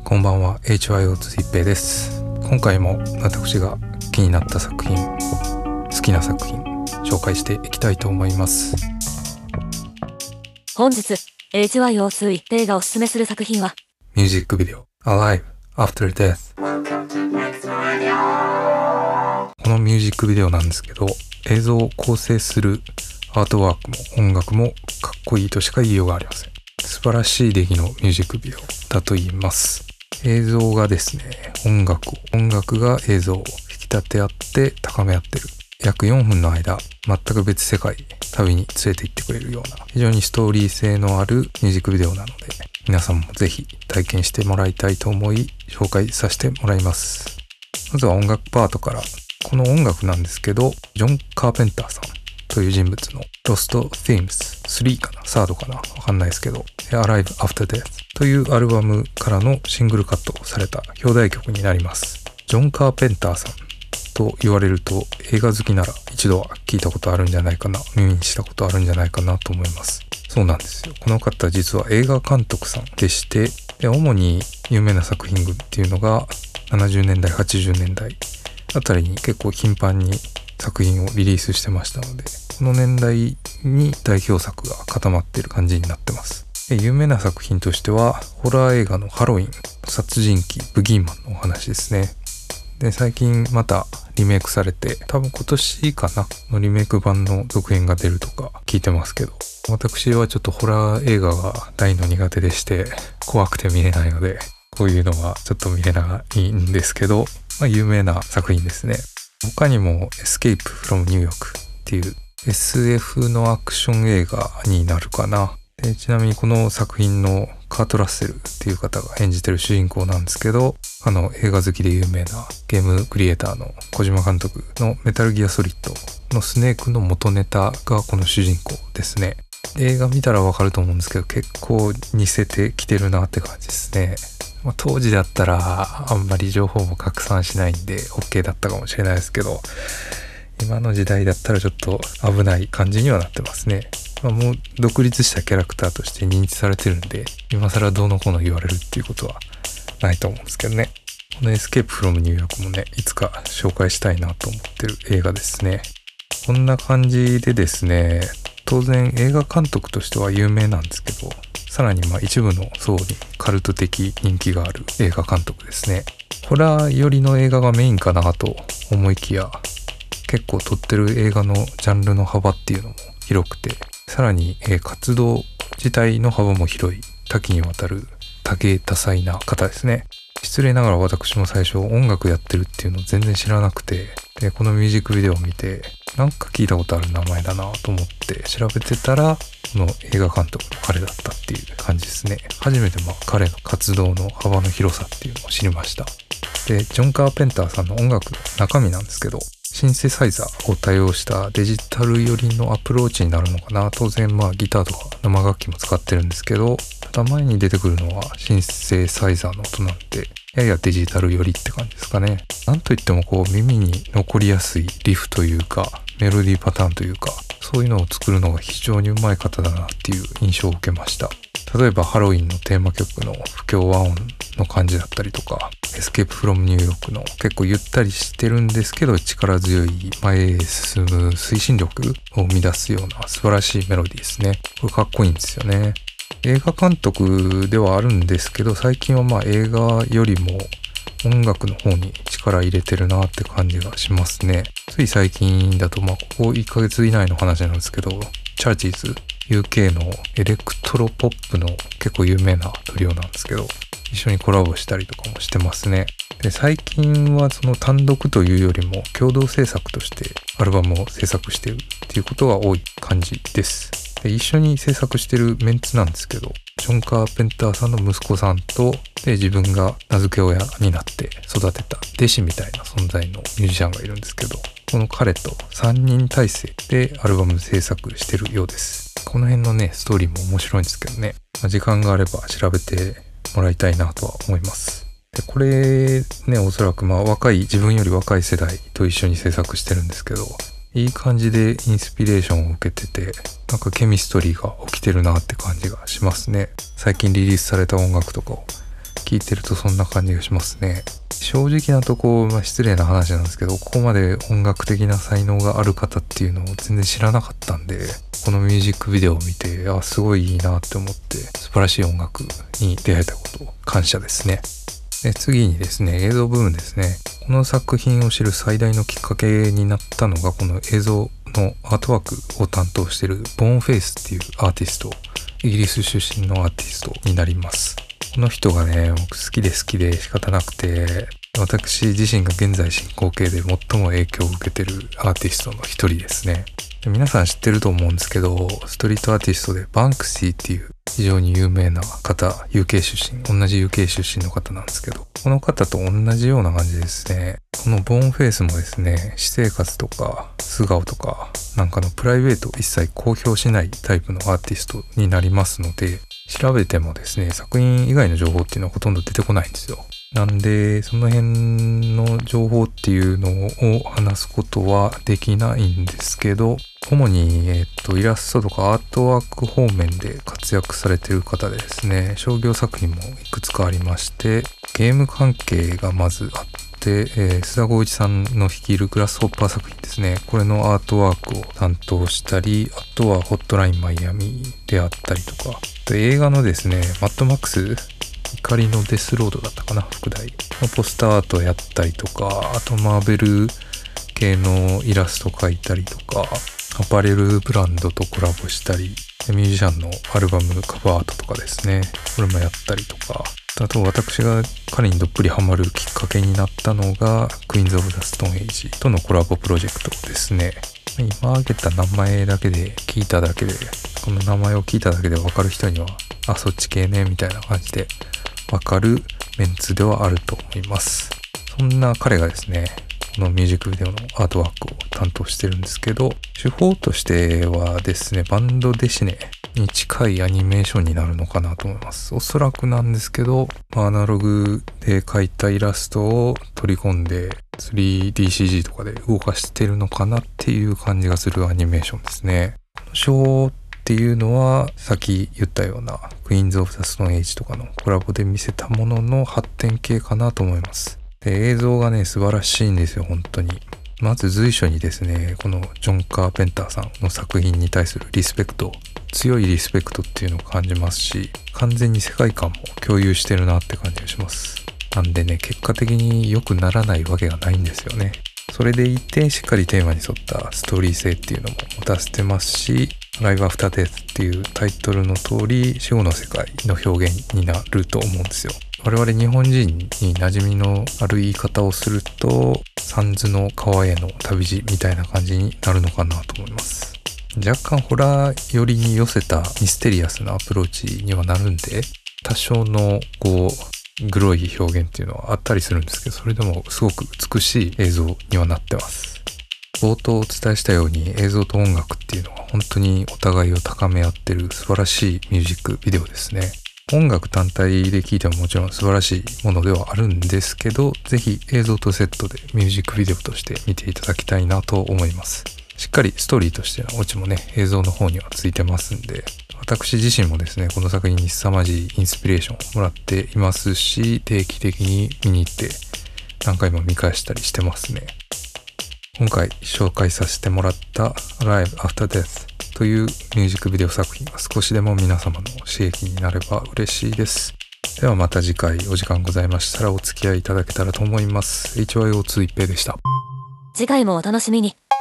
こんばんは、HYO つ一平です。今回も私が気になった作品、好きな作品紹介していきたいと思います。 本日 HYO つ一平がおすすめする作品はミュージックビデオ Alive After Death。 このミュージックビデオなんですけど、映像を構成するアートワークも音楽もかっこいいとしか言いようがありません。素晴らしい出来のミュージックビデオだと言います。映像がですね、音楽が映像を引き立て合って高め合ってる。約4分の間、全く別世界旅に連れて行ってくれるような非常にストーリー性のあるミュージックビデオなので、皆さんもぜひ体験してもらいたいと思い紹介させてもらいます。まずは音楽パートから。この音楽なんですけど、ジョン・カーペンターさんという人物の Lost Themes 3かな、サードかな、わかんないですけど Alive After Death というアルバムからのシングルカットされた表題曲になります。ジョン・カーペンターさんと言われると、映画好きなら一度は聞いたことあるんじゃないかな、耳にしたことあるんじゃないかなと思います。そうなんですよ。この方実は映画監督さんでして、主に有名な作品群っていうのが70年代80年代あたりに結構頻繁に作品をリリースしてましたので、この年代に代表作が固まっている感じになってます。有名な作品としてはホラー映画のハロウィン、殺人鬼ブギーマンのお話ですね。で、最近またリメイクされて、多分今年かなのリメイク版の続編が出るとか聞いてますけど、私はちょっとホラー映画が大の苦手でして怖くて見れないので、こういうのはちょっと見れないんですけど、有名な作品ですね。他にも Escape from New York っていう SF のアクション映画になるかな。で、ちなみにこの作品のカート・ラッセルっていう方が演じてる主人公なんですけど、映画好きで有名なゲームクリエイターの小島監督のメタルギアソリッドのスネークの元ネタがこの主人公ですね。映画見たらわかると思うんですけど、結構似せてきてるなって感じですね。当時だったらあんまり情報も拡散しないんで OK だったかもしれないですけど、今の時代だったらちょっと危ない感じにはなってますね。もう独立したキャラクターとして認知されてるんで、今更どうのこうの言われるっていうことはないと思うんですけどね。このエスケープフロムニューヨークもね、いつか紹介したいなと思ってる映画ですね。こんな感じでですね、当然映画監督としては有名なんですけど、さらに一部の層にカルト的人気がある映画監督ですね。ホラー寄りの映画がメインかなと思いきや、結構撮ってる映画のジャンルの幅っていうのも広くて、さらに活動自体の幅も広い、多岐にわたる多芸多彩な方ですね。失礼ながら私も最初音楽やってるっていうのを全然知らなくて、でこのミュージックビデオを見て、なんか聞いたことある名前だなと思って調べてたら、この映画監督の彼だったっていう感じですね。初めて彼の活動の幅の広さっていうのを知りました。で、ジョン・カーペンターさんの音楽の中身なんですけど、シンセサイザーを多用したデジタル寄りのアプローチになるのかな。当然ギターとか生楽器も使ってるんですけど、ただ前に出てくるのはシンセサイザーの音なんで、ややデジタル寄りって感じですかね。なんといっても耳に残りやすいリフというか、メロディーパターンというか、そういうのを作るのが非常にうまい方だなっていう印象を受けました。例えばハロウィンのテーマ曲の不協和音の感じだったりとか、エスケープフロムニューヨークの結構ゆったりしてるんですけど力強い前へ進む推進力を生み出すような素晴らしいメロディーですね。これかっこいいんですよね。映画監督ではあるんですけど、最近は映画よりも音楽の方に力入れてるなって感じがしますね。つい最近だとここ1ヶ月以内の話なんですけど、チャーチーズ UK のエレクトロポップの結構有名なトリオなんですけど、一緒にコラボしたりとかもしてますね。で、最近はその単独というよりも共同制作としてアルバムを制作しているっていうことが多い感じです。で、一緒に制作してるメンツなんですけど、ジョン・カーペンターさんの息子さんと、で、自分が名付け親になって育てた弟子みたいな存在のミュージシャンがいるんですけど、この彼と3人体制でアルバム制作してるようです。この辺のね、ストーリーも面白いんですけどね、時間があれば調べてもらいたいなとは思います。で、これね、おそらく自分より若い世代と一緒に制作してるんですけど、いい感じでインスピレーションを受けてて、なんかケミストリーが起きてるなって感じがしますね。最近リリースされた音楽とかを聞いてるとそんな感じがしますね。正直なとこ、失礼な話なんですけど、ここまで音楽的な才能がある方っていうのを全然知らなかったんで、このミュージックビデオを見て、すごいいいなって思って、素晴らしい音楽に出会えたことを感謝ですね。で、次にですね、映像部分ですね。この作品を知る最大のきっかけになったのが、この映像のアートワークを担当しているボーンフェイスっていうアーティスト、イギリス出身のアーティストになります。この人がね、僕好きで仕方なくて、私自身が現在進行形で最も影響を受けてるアーティストの一人ですね。で、皆さん知ってると思うんですけど、ストリートアーティストでバンクシーっていう非常に有名な方、UK 出身、同じ UK 出身の方なんですけど、この方と同じような感じですね。このボーンフェイスもですね、私生活とか素顔とかなんかのプライベートを一切公表しないタイプのアーティストになりますので、調べてもですね、作品以外の情報っていうのはほとんど出てこないんですよ。なんで、その辺の情報っていうのを話すことはできないんですけど、主に、イラストとかアートワーク方面で活躍されている方でですね、商業作品もいくつかありまして、ゲーム関係がまずあって、須田剛一さんの率いるグラスホッパー作品ですね、これのアートワークを担当したり、あとはホットラインマイアミであったりとか、映画のですね、マッドマックス怒りのデスロードだったかな、副題のポスターアートやったりとか、あとマーベル系のイラスト描いたりとか、アパレルブランドとコラボしたり、ミュージシャンのアルバムカバーアートとかですね、これもやったりとか、あと私が彼にどっぷりハマるきっかけになったのがクイーンズ・オブ・ザ・ストーン・エイジとのコラボプロジェクトですね。今挙げた名前だけで聞いただけで、この名前を聞いただけで分かる人には、そっち系ねみたいな感じで分かるメンツではあると思います。そんな彼がですね、このミュージックビデオのアートワークを担当してるんですけど、手法としてはですね、バンドデシネに近いアニメーションになるのかなと思います。おそらくなんですけど、アナログで描いたイラストを取り込んで 3DCG とかで動かしてるのかなっていう感じがするアニメーションですね。手法っていうのはさっき言ったようなクイーンズ・オブ・ザ・ストーン・エイジとかのコラボで見せたものの発展系かなと思います。で、映像がね、素晴らしいんですよ、本当に。まず随所にですね、このジョン・カーペンターさんの作品に対するリスペクト、強いリスペクトっていうのを感じますし、完全に世界観も共有してるなって感じがします。なんでね、結果的に良くならないわけがないんですよね。それでいて、しっかりテーマに沿ったストーリー性っていうのも持たせてますし、ライブアフターデスっていうタイトルの通り、死後の世界の表現になると思うんですよ。我々日本人に馴染みのある言い方をすると、サンズの川への旅路みたいな感じになるのかなと思います。若干ホラー寄りに寄せたミステリアスなアプローチにはなるんで、多少のグロい表現っていうのはあったりするんですけど、それでもすごく美しい映像にはなってます。冒頭お伝えしたように、映像と音楽っていうのは本当にお互いを高め合ってる素晴らしいミュージックビデオですね。音楽単体で聴いてももちろん素晴らしいものではあるんですけど、ぜひ映像とセットでミュージックビデオとして見ていただきたいなと思います。しっかりストーリーとしてのオチもね、映像の方にはついてますんで、私自身もですね、この作品に凄まじいインスピレーションをもらっていますし、定期的に見に行って何回も見返したりしてますね。今回紹介させてもらった Alive After Death というミュージックビデオ作品が少しでも皆様の刺激になれば嬉しいです。ではまた次回お時間ございましたらお付き合いいただけたらと思います。HYO2 一平でした。 次回もお楽しみに。